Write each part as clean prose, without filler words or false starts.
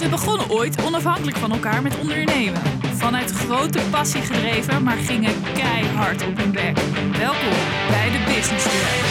Ze begonnen ooit onafhankelijk van elkaar met ondernemen. Vanuit grote passie gedreven, maar gingen keihard op hun bek. Welkom bij de Business Jam.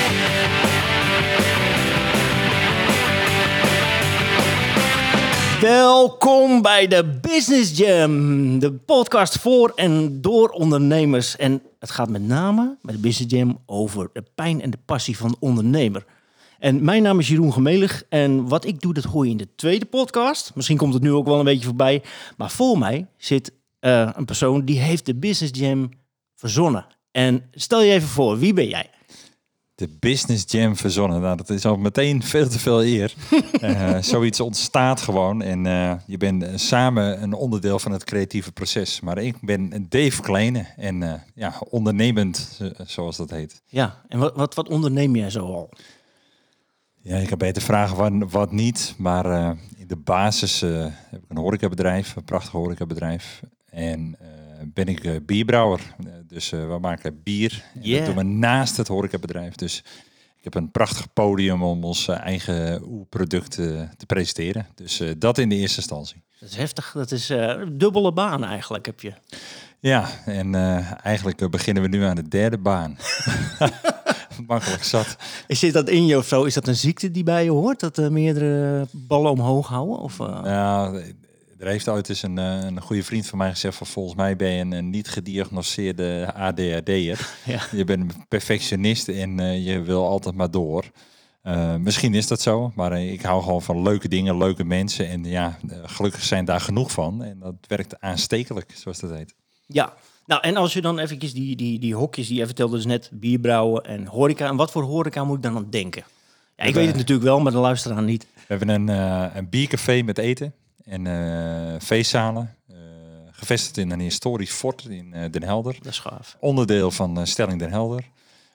Welkom bij de Business Jam, de podcast voor en door ondernemers. En het gaat met name bij de Business Jam over de pijn en de passie van de ondernemer. En mijn naam is Jeroen Gemelig en wat ik doe, dat hoor je in de tweede podcast. Misschien komt het nu ook wel een beetje voorbij. Maar voor mij zit een persoon die heeft de Business Jam verzonnen. En stel je even voor, wie ben jij? De Business Jam verzonnen. Nou, dat is al meteen veel te veel eer. Zoiets ontstaat gewoon. En je bent samen een onderdeel van het creatieve proces. Maar ik ben Dave Kleene en ondernemend, zoals dat heet. Ja, en wat onderneem jij zo al? Ja, je kan beter vragen wat niet. Maar in de basis heb ik een horecabedrijf, een prachtig horecabedrijf. En ben ik bierbrouwer. Dus we maken bier. En dat doen we naast het horecabedrijf. Dus ik heb een prachtig podium om ons eigen product te presenteren. Dus dat in de eerste instantie. Dat is heftig. Dat is dubbele baan eigenlijk heb je. Ja, en eigenlijk beginnen we nu aan de derde baan. Makkelijk zat. Zit dat in je of zo? Is dat een ziekte die bij je hoort? Dat meerdere ballen omhoog houden? Of, Nou, er heeft ooit eens een goede vriend van mij gezegd van volgens mij ben je een niet gediagnoseerde ADHD'er. Ja. Je bent een perfectionist en je wil altijd maar door. Misschien is dat zo, maar ik hou gewoon van leuke dingen, leuke mensen. En ja, gelukkig zijn daar genoeg van. En dat werkt aanstekelijk, zoals dat heet. Ja, nou en als je dan eventjes die hokjes die je vertelde, dus net bierbrouwen en horeca. En wat voor horeca moet ik dan aan denken? Ja, ik weet het natuurlijk wel, maar de luisteraar niet. We hebben een biercafé met eten en feestzalen. Gevestigd in een historisch fort in Den Helder. Dat is gaaf. Onderdeel van Stelling Den Helder.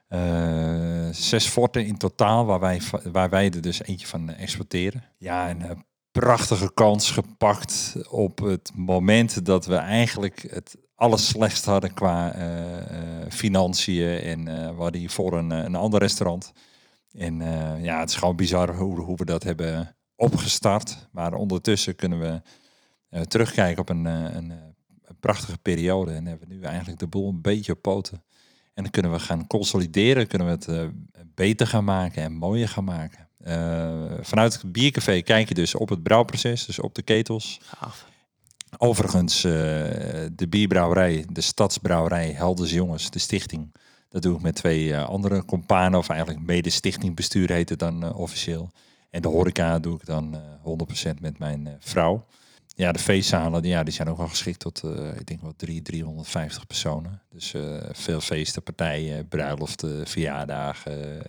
6 forten in totaal, waar wij er dus eentje van exporteren. Ja, een prachtige kans gepakt op het moment dat we eigenlijk het alles slechtst hadden qua financiën. En we hadden hiervoor een ander restaurant. En het is gewoon bizar hoe we dat hebben opgestart. Maar ondertussen kunnen we terugkijken op een prachtige periode. En hebben we nu eigenlijk de boel een beetje op poten. En dan kunnen we gaan consolideren, kunnen we het beter gaan maken en mooier gaan maken. Vanuit het biercafé kijk je dus op het brouwproces, dus op de ketels. Gaaf. Overigens, de bierbrouwerij, de stadsbrouwerij Helders Jongens, de stichting. Dat doe ik met 2 andere companen, of eigenlijk mede-stichtingbestuur heet het dan officieel. En de horeca doe ik dan 100% met mijn vrouw. Ja, de feestzalen die zijn ook wel geschikt tot, ik denk wel 350 personen. Dus veel feesten, partijen, bruiloften, verjaardagen.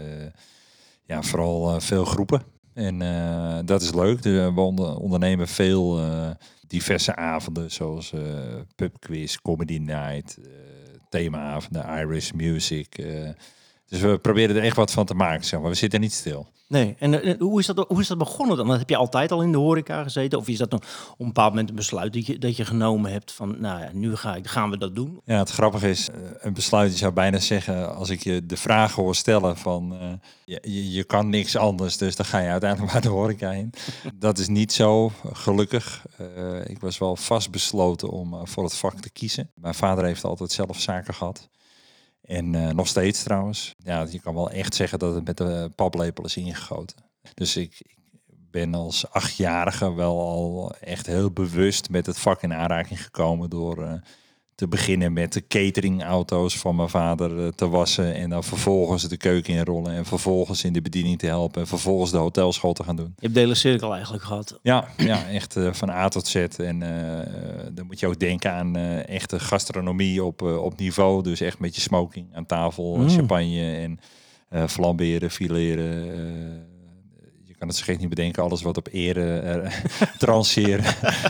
Vooral veel groepen. En dat is leuk. We ondernemen veel diverse avonden, zoals pubquiz, comedy night, themaavonden, Irish music. Dus we proberen er echt wat van te maken, zeg maar. We zitten niet stil. Nee, en hoe is dat begonnen dan? Heb je altijd al in de horeca gezeten? Of is dat op een bepaald moment een besluit dat je genomen hebt van, nou ja, nu gaan we dat doen? Ja, het grappige is, een besluit, je zou bijna zeggen, als ik je de vraag hoor stellen van, je kan niks anders, dus dan ga je uiteindelijk maar de horeca in. Dat is niet zo, gelukkig. Ik was wel vastbesloten om voor het vak te kiezen. Mijn vader heeft altijd zelf zaken gehad. En nog steeds trouwens. Ja, je kan wel echt zeggen dat het met de paplepel is ingegoten. Dus ik ben als 8-jarige wel al echt heel bewust met het vak in aanraking gekomen door te beginnen met de cateringauto's van mijn vader te wassen en dan vervolgens de keuken inrollen en vervolgens in de bediening te helpen en vervolgens de hotelschool te gaan doen. Je hebt de hele cirkel eigenlijk gehad. Ja, echt van A tot Z. En dan moet je ook denken aan echte gastronomie op niveau. Dus echt met je smoking aan tafel, champagne en flamberen, fileren. Je kan het zich echt niet bedenken, alles wat op ere transeren.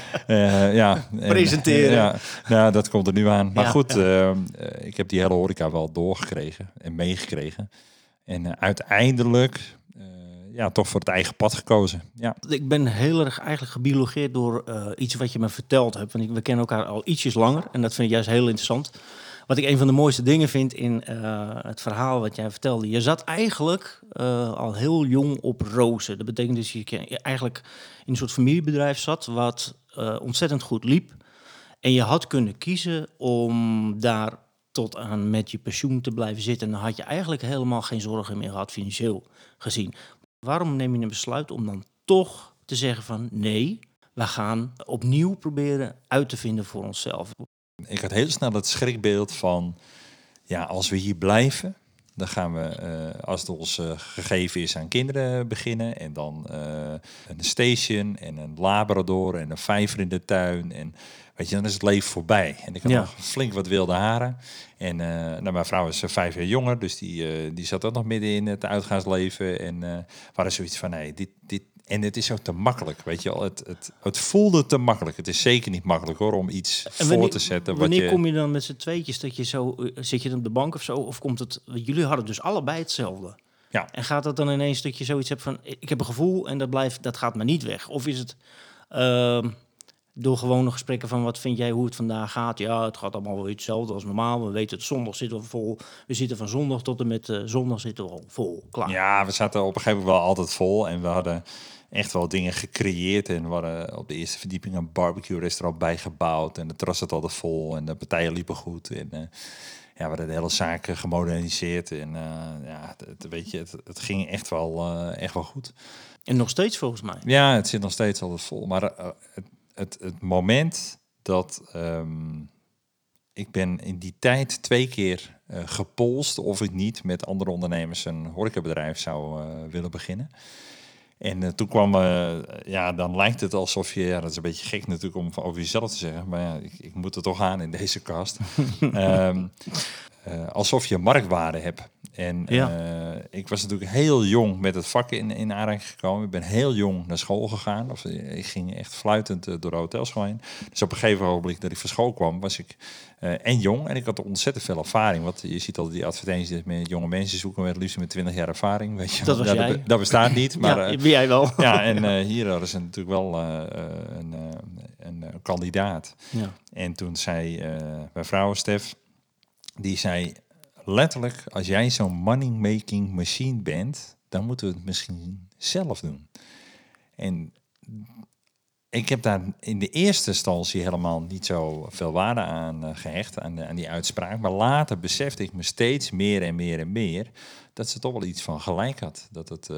Presenteren. Ja, dat komt er nu aan. Maar goed, ik heb die hele horeca wel doorgekregen en meegekregen. En uiteindelijk toch voor het eigen pad gekozen. Ja. Ik ben heel erg eigenlijk gebiologeerd door iets wat je me verteld hebt. Want we kennen elkaar al ietsjes langer en dat vind ik juist heel interessant. Wat ik een van de mooiste dingen vind in het verhaal wat jij vertelde. Je zat eigenlijk al heel jong op rozen. Dat betekent dus je eigenlijk in een soort familiebedrijf zat wat ontzettend goed liep. En je had kunnen kiezen om daar tot aan met je pensioen te blijven zitten. En dan had je eigenlijk helemaal geen zorgen meer gehad, financieel gezien. Waarom neem je een besluit om dan toch te zeggen van nee, we gaan opnieuw proberen uit te vinden voor onszelf? Ik had heel snel het schrikbeeld van, ja, als we hier blijven, dan gaan we, als het ons gegeven is, aan kinderen beginnen. En dan een station en een labrador en een vijver in de tuin. En weet je, dan is het leven voorbij. En ik had nog flink wat wilde haren. En mijn vrouw is 5 jaar jonger, dus die zat ook nog midden in het uitgaansleven. En we hadden zoiets van, nee, dit en het is ook te makkelijk, weet je wel. Het voelde te makkelijk. Het is zeker niet makkelijk hoor, om iets voor te zetten. Wanneer kom je dan met z'n tweetjes dat je zo... Zit je dan op de bank of zo? Of komt het... Jullie hadden dus allebei hetzelfde. Ja. En gaat dat dan ineens dat je zoiets hebt van... Ik heb een gevoel en dat gaat maar niet weg. Of is het door gewone gesprekken van... Wat vind jij hoe het vandaag gaat? Ja, het gaat allemaal weer hetzelfde als normaal. We weten het, zondag zitten we vol. We zitten van zondag tot en met zondag zitten we al vol. Klaar. Ja, we zaten op een gegeven moment wel altijd vol. En we hadden echt wel dingen gecreëerd. En we hadden op de eerste verdieping een barbecue-restaurant bijgebouwd. En het terras zat altijd vol. En de partijen liepen goed. En we hadden de hele zaak gemoderniseerd. En het ging echt wel goed. En nog steeds volgens mij. Ja, het zit nog steeds altijd vol. Maar het moment dat... ik ben in die tijd 2 keer gepolst of ik niet met andere ondernemers een horecabedrijf zou willen beginnen. En toen kwam, dan lijkt het alsof je, dat is een beetje gek natuurlijk om over jezelf te zeggen, maar ja, ik moet er toch aan in deze kast. Alsof je marktwaarde hebt. En ik was natuurlijk heel jong met het vak in aanraking gekomen. Ik ben heel jong naar school gegaan. Of ik ging echt fluitend door de hotelschool heen. Dus op een gegeven moment dat ik van school kwam, was ik en jong. En ik had ontzettend veel ervaring. Want je ziet altijd die advertenties met jonge mensen zoeken met liefst met 20 jaar ervaring. Weet je, dat was jij. Dat bestaat niet. Maar, ben jij wel. Ja, en hier hadden ze natuurlijk wel een kandidaat. Ja. En toen zei mijn vrouw Stef, die zei letterlijk, als jij zo'n money-making machine bent, dan moeten we het misschien zelf doen. En ik heb daar in de eerste instantie helemaal niet zo veel waarde aan gehecht, aan die uitspraak. Maar later besefte ik me steeds meer en meer en meer dat ze toch wel iets van gelijk had.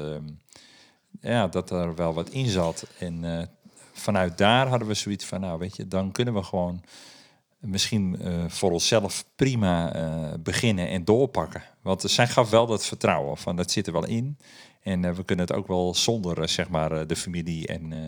Dat er wel wat in zat. En vanuit daar hadden we zoiets van, nou weet je, dan kunnen we gewoon misschien voor onszelf prima beginnen en doorpakken. Want zij gaf wel dat vertrouwen van dat zit er wel in. En we kunnen het ook wel zonder zeg maar de familie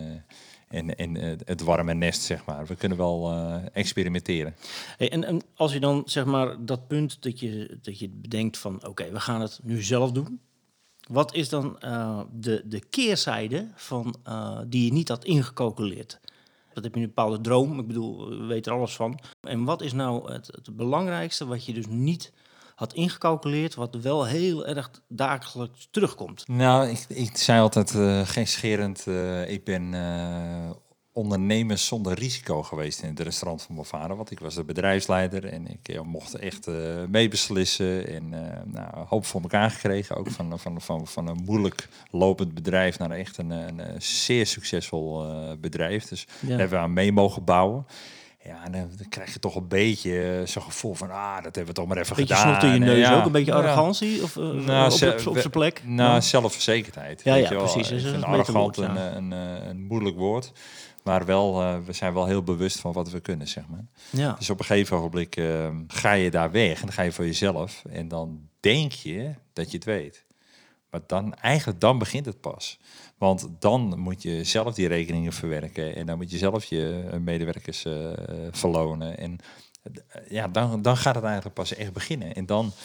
en het warme nest, zeg maar. We kunnen wel experimenteren. Hey, en als je dan zeg maar dat punt dat je bedenkt van oké, we gaan het nu zelf doen. Wat is dan de keerzijde van die je niet had ingecalculeerd? Dat heb je een bepaalde droom. Ik bedoel, we weten er alles van. En wat is nou het belangrijkste wat je dus niet had ingecalculeerd, wat wel heel erg dagelijks terugkomt? Nou, ik zei altijd gekscherend, ik ben ondernemer zonder risico geweest in het restaurant van mijn vader. Want ik was de bedrijfsleider en ik mocht echt meebeslissen. En hoop voor elkaar gekregen. Ook van een moeilijk lopend bedrijf naar echt een zeer succesvol bedrijf. Dus daar hebben we aan mee mogen bouwen. Ja, en dan krijg je toch een beetje zo'n gevoel van, dat hebben we toch maar even gedaan. Beetje snot in je neus ook, een beetje arrogantie of op zijn plek? Nou, zelfverzekerdheid. Ja, precies. Ik vind arrogant een moeilijk woord. Maar wel, we zijn wel heel bewust van wat we kunnen, zeg maar. Ja. Dus op een gegeven ogenblik ga je daar weg en dan ga je voor jezelf. En dan denk je dat je het weet. Maar dan begint het pas. Want dan moet je zelf die rekeningen verwerken. En dan moet je zelf je medewerkers verlonen. En dan gaat het eigenlijk pas echt beginnen. En dan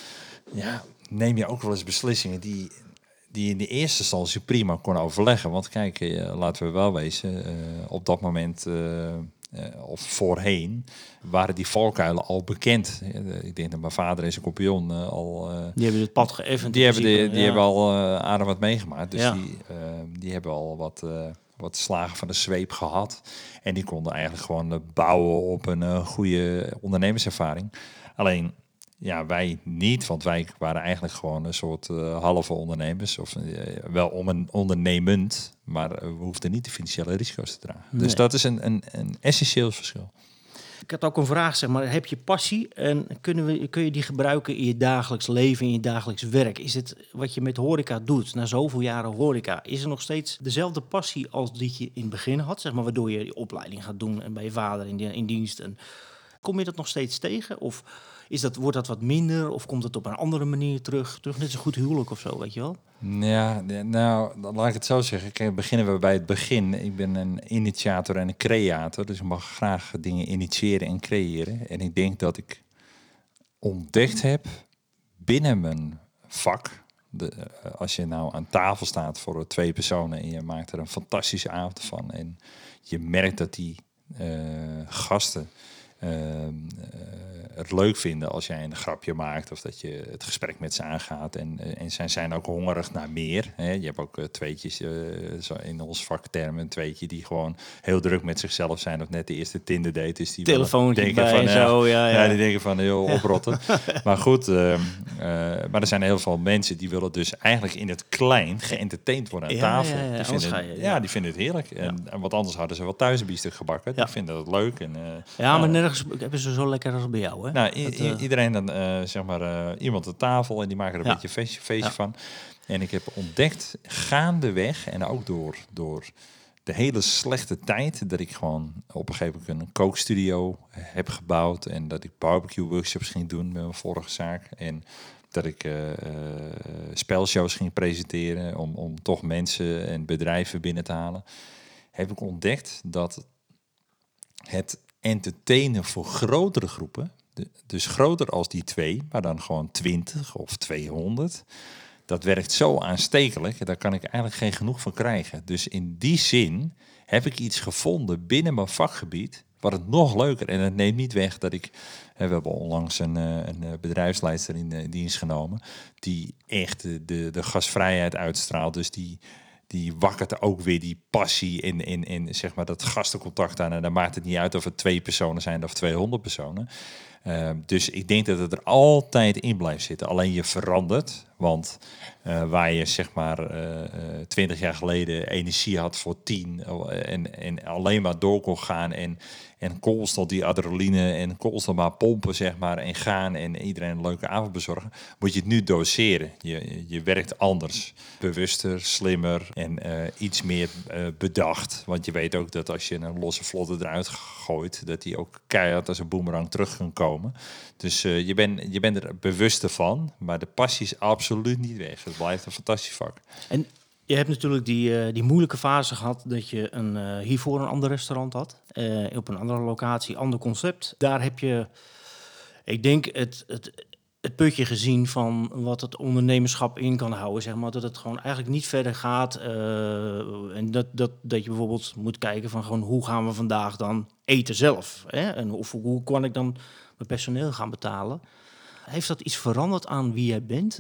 neem je ook wel eens beslissingen die in de eerste instantie prima kon overleggen. Want kijk, laten we wel wezen, op dat moment of voorheen waren die valkuilen al bekend. Ik denk dat mijn vader en zijn compagnon die hebben het pad geëffend. Die hebben al aardig wat meegemaakt. Dus die hebben al wat wat slagen van de zweep gehad. En die konden eigenlijk gewoon bouwen op een goede ondernemerservaring. Alleen, ja, wij niet, want wij waren eigenlijk gewoon een soort halve ondernemers. Of wel ondernemend, maar we hoefden niet de financiële risico's te dragen. Nee. Dus dat is een essentieel verschil. Ik had ook een vraag, zeg maar, heb je passie en kun je die gebruiken in je dagelijks leven, in je dagelijks werk? Is het wat je met horeca doet, na zoveel jaren horeca, is er nog steeds dezelfde passie als die je in het begin had, zeg maar, waardoor je die opleiding gaat doen en bij je vader in dienst? En kom je dat nog steeds tegen? Of wordt dat wat minder? Of komt het op een andere manier terug? Net zo goed huwelijk of zo, weet je wel? Ja, nou, dan laat ik het zo zeggen. Kijk, beginnen we bij het begin. Ik ben een initiator en een creator. Dus ik mag graag dingen initiëren en creëren. En ik denk dat ik ontdekt heb binnen mijn vak. Als je nou aan tafel staat voor 2 personen en je maakt er een fantastische avond van. En je merkt dat die gasten het leuk vinden als jij een grapje maakt of dat je het gesprek met ze aangaat. En zij zijn ook hongerig naar meer. Hè. Je hebt ook tweetjes, zo in ons vaktermen, een tweetje die gewoon heel druk met zichzelf zijn of net de eerste Tinder date is. Die telefoontje denken bij van, en zo, ja. die denken van heel oprotten. Maar goed, maar er zijn heel veel mensen die willen dus eigenlijk in het klein geëntertaind worden aan tafel. Die vinden het heerlijk. En wat anders hadden ze wel thuis een biefstuk gebakken. Die vinden het leuk. En, maar nergens hebben ze zo lekker als bij jou. Hè? Nou, iedereen dan, iemand aan tafel en die maken er een beetje een feestje van. En ik heb ontdekt, gaandeweg en ook door de hele slechte tijd, dat ik gewoon op een gegeven moment een kookstudio heb gebouwd en dat ik barbecue workshops ging doen met mijn vorige zaak. En dat ik spelshows ging presenteren om toch mensen en bedrijven binnen te halen. Heb ik ontdekt dat het entertainen voor grotere groepen, dus groter als die 2, maar dan gewoon 20 of 200... dat werkt zo aanstekelijk, daar kan ik eigenlijk geen genoeg van krijgen. Dus in die zin heb ik iets gevonden binnen mijn vakgebied, wat het nog leuker, en het neemt niet weg dat ik, we hebben onlangs een bedrijfsleidster in dienst genomen, die echt de gastvrijheid uitstraalt, dus die wakkert ook weer die passie in zeg maar dat gastencontact aan. En dan maakt het niet uit of het 2 personen zijn of 200 personen. Dus ik denk dat het er altijd in blijft zitten. Alleen je verandert. Want waar je zeg maar 20 jaar geleden energie had voor 10... en alleen maar door kon gaan en constant die adrenaline en constant maar pompen zeg maar en gaan en iedereen een leuke avond bezorgen, moet je het nu doseren. Je werkt anders. Bewuster, slimmer en iets meer bedacht. Want je weet ook dat als je een losse vlotte eruit gooit, dat die ook keihard als een boemerang terug kan komen. Dus je bent er bewuster van, maar de passie is absoluut niet weg. Het blijft een fantastisch vak. En je hebt natuurlijk die moeilijke fase gehad dat je hiervoor een ander restaurant had. Op een andere locatie, ander concept. Daar heb je, ik denk, het putje gezien van wat het ondernemerschap in kan houden. Zeg maar, dat het gewoon eigenlijk niet verder gaat. En dat je bijvoorbeeld moet kijken van gewoon hoe gaan we vandaag dan eten zelf. Hè? En hoe kan ik dan mijn personeel gaan betalen? Heeft dat iets veranderd aan wie jij bent?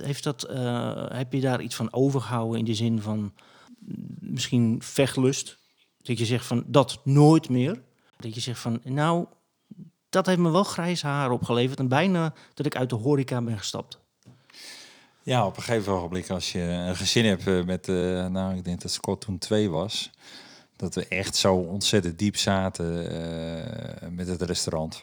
Heb je daar iets van overgehouden in de zin van misschien vechtlust? Dat je zegt van dat nooit meer. Dat je zegt van nou, dat heeft me wel grijze haar opgeleverd. En bijna dat ik uit de horeca ben gestapt. Ja, op een gegeven ogenblik als je een gezin hebt met, ik denk dat Scott toen 2 was. Dat we echt zo ontzettend diep zaten met het restaurant.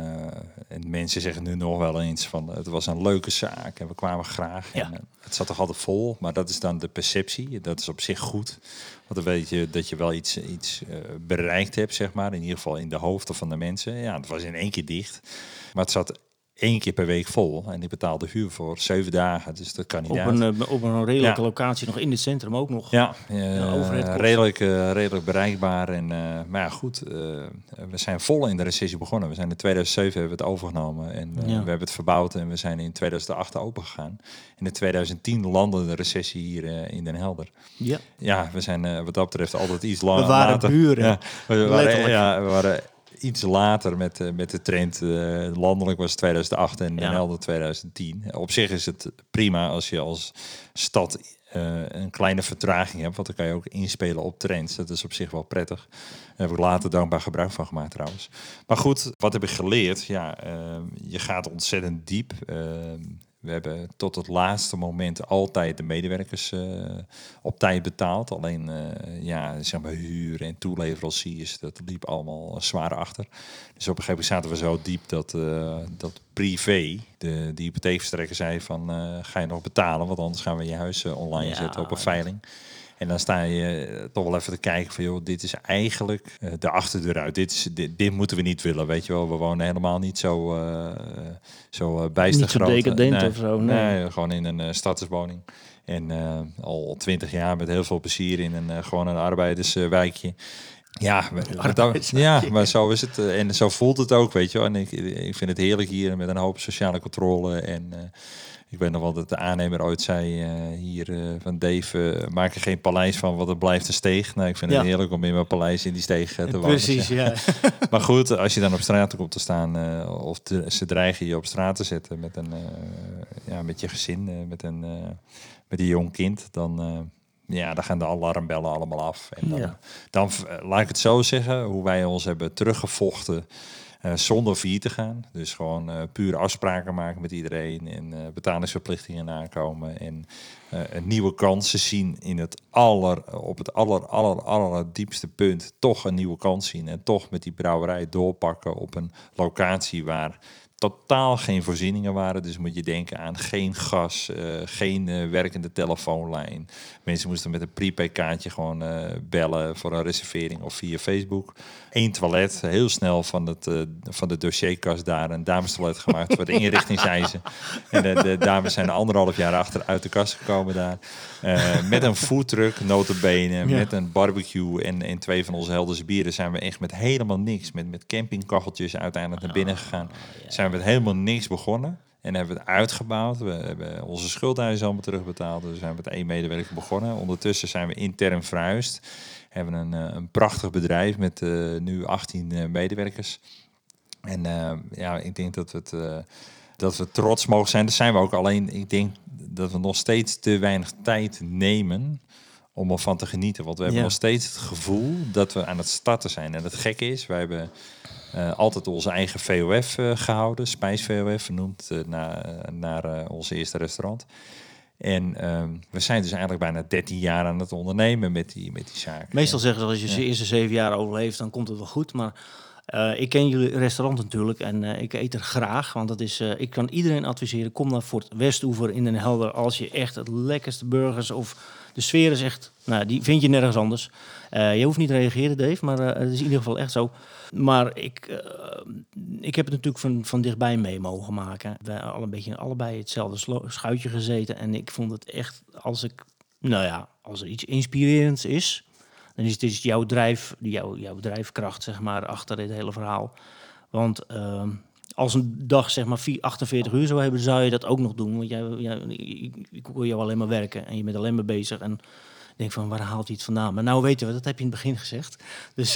En mensen zeggen nu nog wel eens van het was een leuke zaak en we kwamen graag. Ja. En, het zat toch altijd vol, maar dat is dan de perceptie. Dat is op zich goed. Want dan weet je dat je wel iets bereikt hebt, zeg maar. In ieder geval in de hoofden van de mensen. Ja, het was in 1 keer dicht. Maar het zat 1 keer per week vol. En ik betaalde huur voor 7 dagen. Dus dat kan niet uit. Op een redelijke locatie, nog in het centrum ook nog. Ja, redelijk bereikbaar. Maar ja, goed. We zijn vol in de recessie begonnen. We zijn in 2007 hebben we het overgenomen. En we hebben het verbouwd. En we zijn in 2008 open gegaan. En in 2010 landde de recessie hier in Den Helder. Ja, ja, we zijn wat dat betreft altijd iets langer. We waren buren. Ja, we waren iets later met de trend. Landelijk was het 2008 en Den Helder 2010. Op zich is het prima als je als stad een kleine vertraging hebt. Want dan kan je ook inspelen op trends. Dat is op zich wel prettig. Daar heb ik later dankbaar gebruik van gemaakt trouwens. Maar goed, wat heb ik geleerd? Ja, je gaat ontzettend diep. We hebben tot het laatste moment altijd de medewerkers op tijd betaald. Alleen zeg maar huur en toeleveranciers, dat liep allemaal zwaar achter. Dus op een gegeven moment zaten we zo diep dat Privé, de hypotheekverstrekker, zei van ga je nog betalen? Want anders gaan we je huis online zetten op een veiling. En dan sta je toch wel even te kijken van, joh, dit is eigenlijk de achterdeur uit. Dit moeten we niet willen, weet je wel. We wonen helemaal niet zo bijster groot. Niet zo decadent of zo. Nee, gewoon in een stadswoning. En al 20 jaar met heel veel plezier in gewoon een arbeiderswijkje. Ja, maar zo is het. En zo voelt het ook, weet je wel. En ik vind het heerlijk hier met een hoop sociale controle. En ik weet nog wel dat de aannemer ooit zei hier van Dave, maak er geen paleis van, want het blijft een steeg. Nou, ik vind het heerlijk om in mijn paleis in die steeg te wonen. Precies, ja. Maar goed, als je dan op straat komt te staan, ze dreigen je op straat te zetten met je gezin, met een jong kind, dan gaan de alarmbellen allemaal af. En dan laat ik het zo zeggen, hoe wij ons hebben teruggevochten zonder failliet te gaan. Dus gewoon puur afspraken maken met iedereen en betalingsverplichtingen nakomen en een nieuwe kansen zien in op het allerdiepste punt. Toch een nieuwe kans zien en toch met die brouwerij doorpakken op een locatie waar totaal geen voorzieningen waren. Dus moet je denken aan geen gas, geen werkende telefoonlijn. Mensen moesten met een prepaid-kaartje gewoon bellen voor een reservering of via Facebook. 1 toilet, heel snel van de dossierkast daar een damestoilet gemaakt voor de inrichtingseisen. En de dames zijn 1,5 jaar achter uit de kast gekomen daar. Met een foodtruck, nota bene, met een barbecue en 2 van onze Helderse bieren zijn we echt met helemaal niks. Met campingkacheltjes uiteindelijk naar binnen gegaan. Zijn we met helemaal niks begonnen. En hebben we het uitgebouwd. We hebben onze schuldeisen allemaal terugbetaald. Dus we zijn met 1 medewerker begonnen. Ondertussen zijn we intern verhuisd. We hebben een prachtig bedrijf met nu 18 medewerkers. En ik denk dat we trots mogen zijn. Dat zijn we ook. Alleen ik denk dat we nog steeds te weinig tijd nemen om ervan te genieten. Want we hebben nog steeds het gevoel dat we aan het starten zijn. En het gekke is, wij hebben altijd onze eigen VOF gehouden. Spijs VOF vernoemd naar ons eerste restaurant. En we zijn dus eigenlijk bijna 13 jaar aan het ondernemen met die zaak. Meestal zeggen ze, als je de eerste 7 jaar overleeft, dan komt het wel goed. Maar ik ken jullie restaurant natuurlijk en ik eet er graag. Want dat is, ik kan iedereen adviseren, kom naar Fort Westoever in Den Helder. Als je echt het lekkerste burgers of de sfeer is echt, die vind je nergens anders. Je hoeft niet te reageren, Dave, maar het is in ieder geval echt zo. Maar ik heb het natuurlijk van dichtbij mee mogen maken. We hebben allebei hetzelfde schuitje gezeten. En ik vond het echt, als er iets inspirerends is, dan is het jouw drijfkracht, zeg maar, achter dit hele verhaal. Want als een dag, zeg maar, 48 uur zou hebben, zou je dat ook nog doen. Want ik hoor jou alleen maar werken en je bent alleen maar bezig. En ik denk van, waar haalt hij het vandaan? Maar nou weten we, dat heb je in het begin gezegd. Dus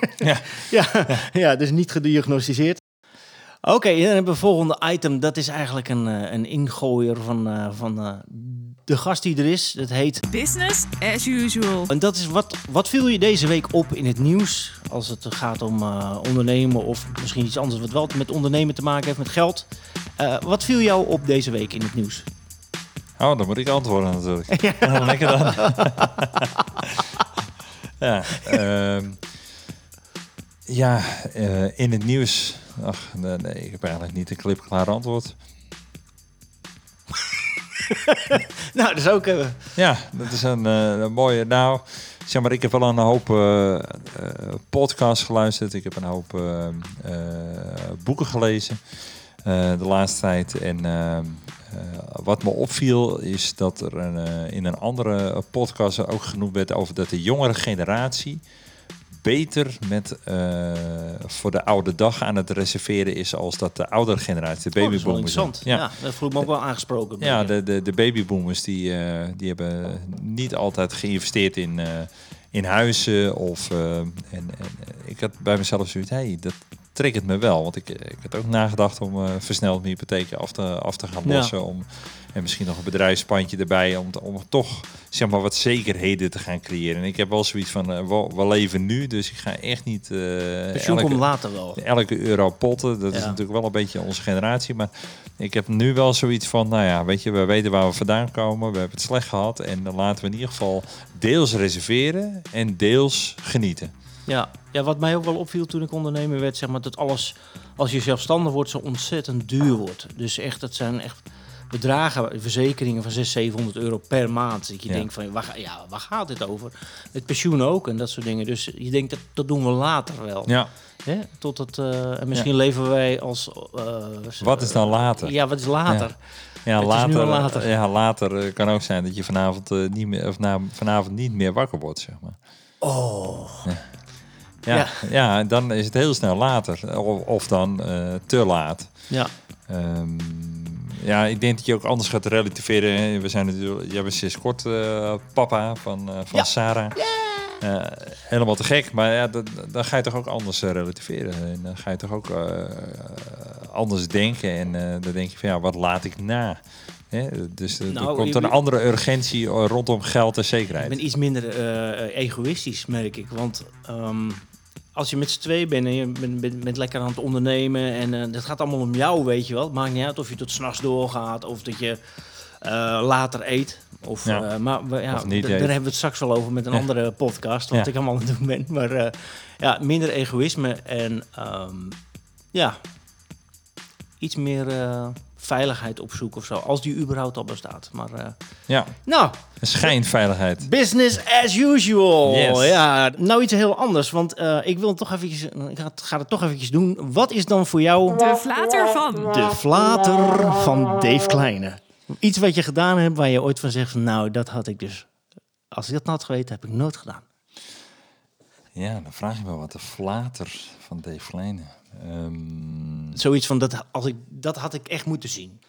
dus niet gediagnosticeerd. Oké, dan hebben we het volgende item. Dat is eigenlijk een ingooier van de gast die er is. Dat heet Business as usual. En dat is wat viel je deze week op in het nieuws? Als het gaat om ondernemen of misschien iets anders wat wel met ondernemen te maken heeft, met geld. Wat viel jou op deze week in het nieuws? Oh, dan moet ik antwoorden natuurlijk. Ja. Lekker dan. In het nieuws. Ach, nee, ik heb eigenlijk niet een klipklaar antwoord. Nou, dat is ook... Ja, dat is een mooie... Nou, zeg maar, ik heb wel een hoop podcasts geluisterd. Ik heb een hoop boeken gelezen de laatste tijd. En wat me opviel is dat er in een andere podcast ook genoemd werd over dat de jongere generatie beter voor de oude dag aan het reserveren is als dat de oudere generatie, de babyboomers. Dat is wel interessant. Ja, dat voel ik me ook wel aangesproken. Ja, de babyboomers die hebben niet altijd geïnvesteerd in huizen. En ik had bij mezelf zoiets, dat triggert me wel. Want ik had ook nagedacht om versneld mijn hypotheek af te gaan lossen. En misschien nog een bedrijfspandje erbij. Om toch zeg maar wat zekerheden te gaan creëren. En ik heb wel zoiets van, we leven nu. Dus ik ga echt niet pensioen komt later wel. Elke euro potten. Dat is natuurlijk wel een beetje onze generatie. Maar ik heb nu wel zoiets van, nou ja, weet je, we weten waar we vandaan komen. We hebben het slecht gehad. En dan laten we in ieder geval deels reserveren en deels genieten. Ja, wat mij ook wel opviel toen ik ondernemer werd, zeg maar, dat alles, als je zelfstandig wordt, zo ontzettend duur wordt. Dus echt, dat zijn echt bedragen, verzekeringen van 600-700 euro per maand. Dat je denkt van, waar gaat dit over? Het pensioen ook en dat soort dingen. Dus je denkt, dat doen we later wel. Ja. Hè? Tot het, en misschien leven wij als... wat is dan later? Ja, wat is later? Ja, later. Ja, later kan ook zijn dat je vanavond niet meer wakker wordt, zeg maar. Oh. Ja, dan is het heel snel later. Of dan te laat. Ja. Ja, ik denk dat je ook anders gaat relativeren. We zijn natuurlijk, jij bent sinds kort papa van Sarah. Helemaal te gek, maar ja, dan ga je toch ook anders relativeren. En dan ga je toch ook anders denken. En dan denk je van, ja, wat laat ik na? Dus er komt een andere urgentie rondom geld en zekerheid. Ik ben iets minder egoïstisch, merk ik. Want als je met z'n twee bent en je bent lekker aan het ondernemen en het gaat allemaal om jou, weet je wel. Het maakt niet uit of je tot 's nachts doorgaat of dat je later eet. Of niet daar hebben we het straks wel over met een andere podcast, wat ik allemaal aan het doen ben. Maar minder egoïsme en iets meer veiligheid opzoeken of zo, als die überhaupt al bestaat. Maar schijnveiligheid. Business as usual. Yes. Ja, nou iets heel anders, want ik ga het toch eventjes doen. Wat is dan voor jou de flater van? De flater van Dave Kleine. Iets wat je gedaan hebt waar je ooit van zegt van, nou, dat had ik dus, als ik dat had geweten, heb ik nooit gedaan. Ja, dan vraag je me wat de flater van Dave Kleine. Zoiets van, dat had ik echt moeten zien.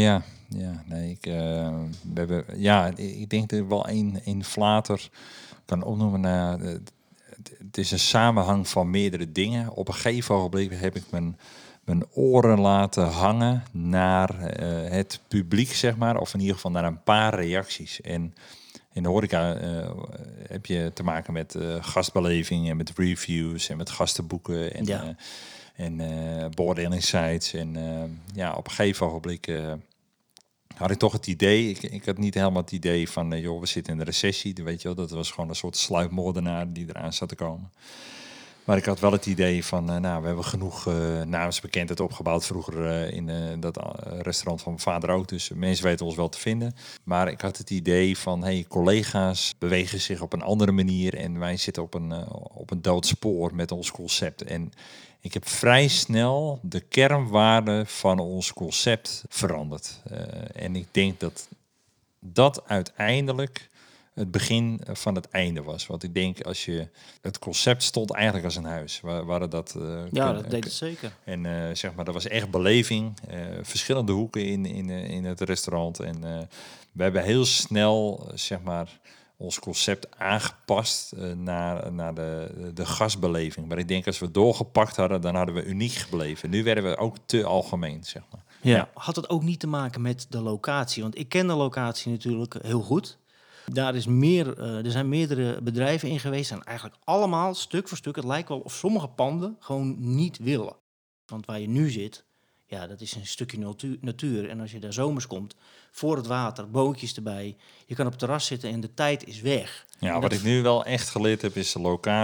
Ik denk dat wel één flater kan opnoemen. Het is een samenhang van meerdere dingen. Op een gegeven ogenblik heb ik mijn oren laten hangen naar het publiek, zeg maar. Of in ieder geval naar een paar reacties. En in de horeca heb je te maken met gastbeleving en met reviews en met gastenboeken en beoordeling sites. En op een gegeven ogenblik had ik toch het idee, ik had niet helemaal het idee van, we zitten in een recessie. Weet je wel, dat was gewoon een soort sluipmoordenaar die eraan zat te komen. Maar ik had wel het idee van, we hebben genoeg naamsbekendheid opgebouwd vroeger in dat restaurant van mijn vader ook. Dus mensen weten ons wel te vinden. Maar ik had het idee van, collega's bewegen zich op een andere manier en wij zitten op een dood spoor met ons concept. En ik heb vrij snel de kernwaarden van ons concept veranderd. En ik denk dat uiteindelijk het begin van het einde was. Want ik denk, als je het concept stond eigenlijk als een huis. Dat deed het zeker. En dat was echt beleving. Verschillende hoeken in het restaurant. En we hebben heel snel, ons concept aangepast naar de gastbeleving. Maar ik denk, als we doorgepakt hadden, dan hadden we uniek gebleven. Nu werden we ook te algemeen, Ja. Had het ook niet te maken met de locatie? Want ik ken de locatie natuurlijk heel goed. Daar is er zijn meerdere bedrijven in geweest en eigenlijk allemaal stuk voor stuk. Het lijkt wel of sommige panden gewoon niet willen. Want waar je nu zit, dat is een stukje natuur. En als je daar zomers komt, voor het water, bootjes erbij. Je kan op het terras zitten en de tijd is weg. Ja, wat ik nu wel echt geleerd heb is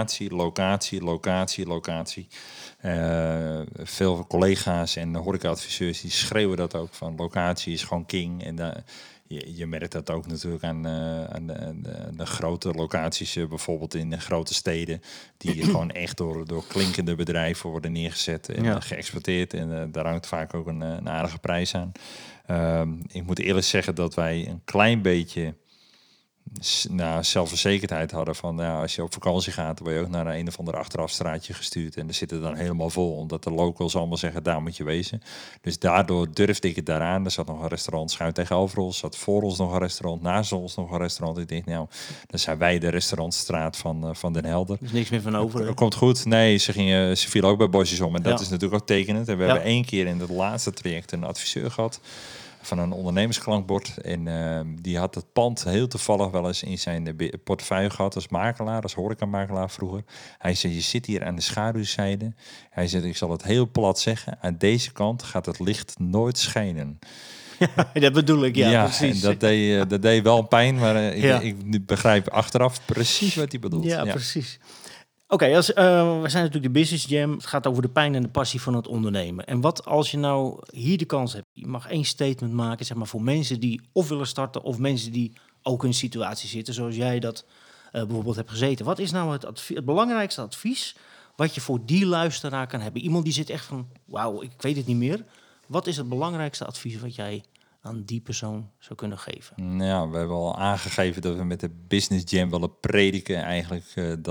locatie. Veel collega's en horecaadviseurs die schreeuwen dat ook van locatie is gewoon king. En je merkt dat ook natuurlijk aan de grote locaties, bijvoorbeeld in de grote steden, die gewoon echt door klinkende bedrijven worden neergezet en geëxporteerd. En daar hangt vaak ook een aardige prijs aan. Ik moet eerlijk zeggen dat wij een klein beetje zelfverzekerdheid hadden van als je op vakantie gaat, dan word je ook naar een of ander achterafstraatje gestuurd en er zit er dan helemaal vol, omdat de locals allemaal zeggen, daar moet je wezen. Dus daardoor durfde ik het daaraan. Er zat nog een restaurant schuin tegenover ons, zat voor ons nog een restaurant, naast ons nog een restaurant. Ik denk, nou, dan zijn wij de restaurantstraat van Den Helder. Er is niks meer van over. Dat komt goed. Nee, ze vielen ook bij bosjes om en dat Ja. is natuurlijk ook tekenend. En we hebben 1 keer in het laatste traject een adviseur gehad van een ondernemersklankbord. En die had het pand heel toevallig wel eens in zijn portefeuille gehad als makelaar, als horecamakelaar vroeger. Hij zei, je zit hier aan de schaduwzijde. Hij zei, ik zal het heel plat zeggen, aan deze kant gaat het licht nooit schijnen. Dat bedoel ik, ja, precies. En dat deed wel pijn, maar Ja. ik begrijp achteraf precies wat hij bedoelt. Ja, precies. Oké, we zijn natuurlijk de Business Jam. Het gaat over de pijn en de passie van het ondernemen. En wat als je nou hier de kans hebt, je mag 1 statement maken, zeg maar, voor mensen die of willen starten of mensen die ook in een situatie zitten, zoals jij dat bijvoorbeeld hebt gezeten. Wat is nou het belangrijkste advies wat je voor die luisteraar kan hebben? Iemand die zit echt van, wauw, ik weet het niet meer. Wat is het belangrijkste advies wat jij aan die persoon zou kunnen geven? Nou, we hebben al aangegeven dat we met de Business Jam willen prediken eigenlijk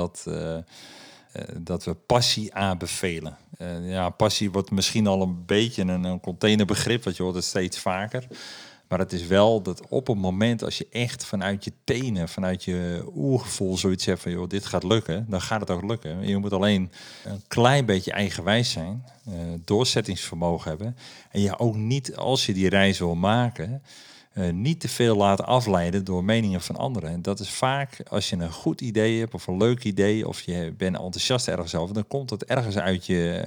dat we passie aanbevelen. Passie wordt misschien al een beetje een containerbegrip, want je hoort het steeds vaker. Maar het is wel dat op een moment als je echt vanuit je tenen, vanuit je oergevoel zoiets hebt van, joh, dit gaat lukken, dan gaat het ook lukken. Je moet alleen een klein beetje eigenwijs zijn, doorzettingsvermogen hebben. En je ook niet, als je die reis wil maken, niet te veel laten afleiden door meningen van anderen. En dat is vaak, als je een goed idee hebt of een leuk idee, of je bent enthousiast ergens over, dan komt het ergens uit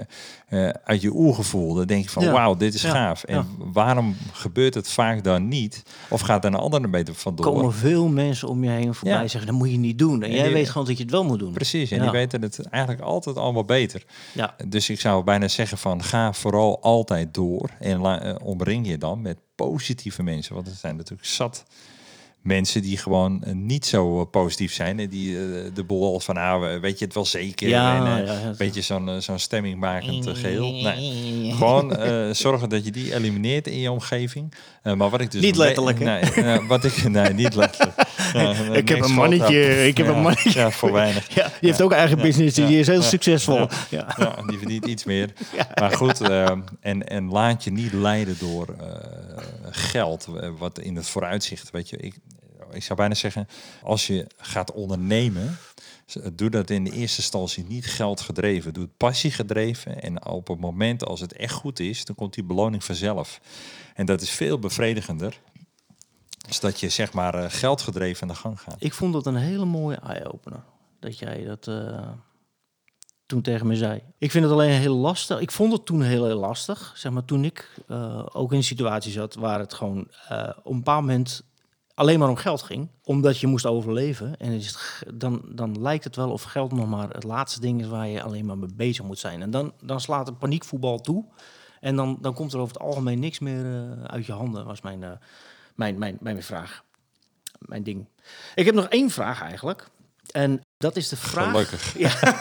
je oergevoel. Dan denk je van, wauw, dit is gaaf. En waarom gebeurt het vaak dan niet? Of gaat er een ander een beetje vandoor? Er komen veel mensen om je heen voorbij zeggen, dat moet je niet doen. En jij weet gewoon dat je het wel moet doen. Precies, en die weten het eigenlijk altijd allemaal beter. Ja. Dus ik zou bijna zeggen van, ga vooral altijd door. En omring je dan met positieve mensen. Want er zijn natuurlijk zat mensen die gewoon niet zo positief zijn. En die de boel van, weet je het wel zeker? Een beetje zo'n stemmingmakend geheel. Nee. Gewoon zorgen dat je die elimineert in je omgeving. Maar wat ik dus niet letterlijk, niet letterlijk. Ik heb een mannetje. Ja, voor weinig. Ja, die heeft ook een eigen business. Die is heel succesvol. Ja, die verdient iets meer. Maar goed, en laat je niet leiden door geld. Wat in het vooruitzicht, weet je. Ik zou bijna zeggen, als je gaat ondernemen, doe dat in de eerste instantie niet geld gedreven. Doe het passie gedreven. En op het moment als het echt goed is, dan komt die beloning vanzelf. En dat is veel bevredigender. Dus dat je zeg maar geld gedreven aan de gang gaat. Ik vond dat een hele mooie eye-opener. Dat jij dat toen tegen me zei. Ik vind het alleen heel lastig. Ik vond het toen heel lastig. Zeg maar, toen ik ook in een situatie zat waar het gewoon op een bepaald moment alleen maar om geld ging, omdat je moest overleven. En dan lijkt het wel of geld nog maar het laatste ding is waar je alleen maar mee bezig moet zijn. En dan slaat het paniekvoetbal toe. En dan komt er over het algemeen niks meer uit je handen, was mijn vraag. Mijn ding. Ik heb nog 1 vraag eigenlijk. En dat is de vraag... Gelukkig.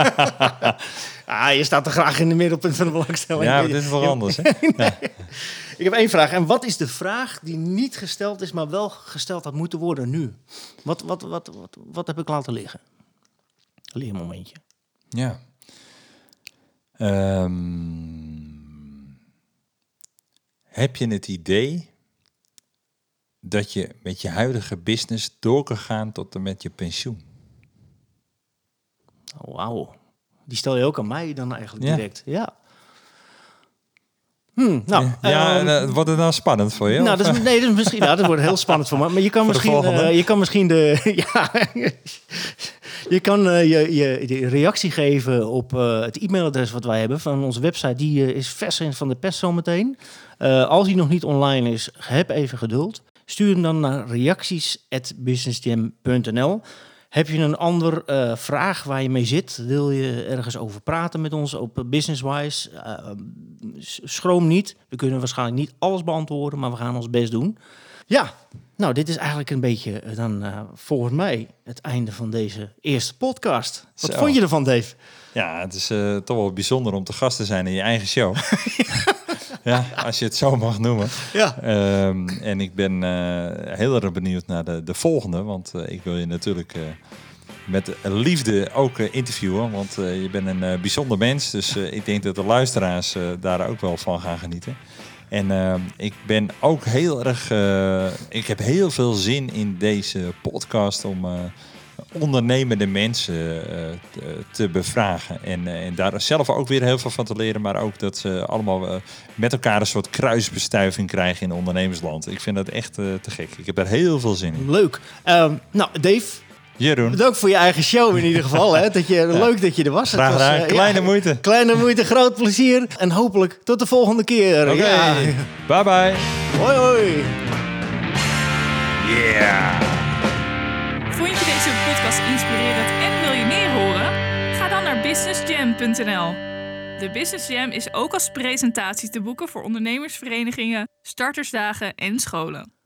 Ja. Je staat er graag in de middelpunt van de belangstelling. Ja, maar dit is wel anders. Hè? Nee. Ik heb 1 vraag. En wat is de vraag die niet gesteld is, maar wel gesteld had moeten worden nu? Wat heb ik laten liggen? Leermomentje. Ja. Heb je het idee dat je met je huidige business door kan gaan tot en met je pensioen? Oh, wauw. Die stel je ook aan mij dan eigenlijk direct. Ja. Wordt het nou spannend voor je? Nou, dat is misschien. Nou, dat wordt heel spannend voor me. Maar je kan misschien je kan je reactie geven op het e-mailadres wat wij hebben van onze website. Die is vers van de pers zometeen. Als die nog niet online is, heb even geduld. Stuur hem dan naar reacties@businessjam.nl. Heb je een andere vraag waar je mee zit? Wil je ergens over praten met ons op Businesswise? Schroom niet. We kunnen waarschijnlijk niet alles beantwoorden, maar we gaan ons best doen. Ja, nou, dit is eigenlijk een beetje dan volgens mij het einde van deze eerste podcast. Wat vond je ervan, Dave? Ja, het is toch wel bijzonder om te gast te zijn in je eigen show. Ja, als je het zo mag noemen. Ja. En ik ben heel erg benieuwd naar de volgende. Want ik wil je natuurlijk met liefde ook interviewen. Want je bent een bijzonder mens. Dus ik denk dat de luisteraars daar ook wel van gaan genieten. En ik ben ook heel erg... ik heb heel veel zin in deze podcast om ondernemende mensen te bevragen. En daar zelf ook weer heel veel van te leren. Maar ook dat ze allemaal met elkaar een soort kruisbestuiving krijgen in ondernemersland. Ik vind dat echt te gek. Ik heb daar heel veel zin in. Leuk. Nou, Dave... Jeroen. Bedankt voor je eigen show in ieder geval. Hè? Leuk dat je er was. Graag gedaan. Het was, Kleine moeite. Kleine moeite, groot plezier. En hopelijk tot de volgende keer. Oké. Ja. Bye bye. Hoi hoi. Yeah. Vond je deze podcast inspirerend en wil je meer horen? Ga dan naar businessjam.nl. De Business Jam is ook als presentatie te boeken voor ondernemersverenigingen, startersdagen en scholen.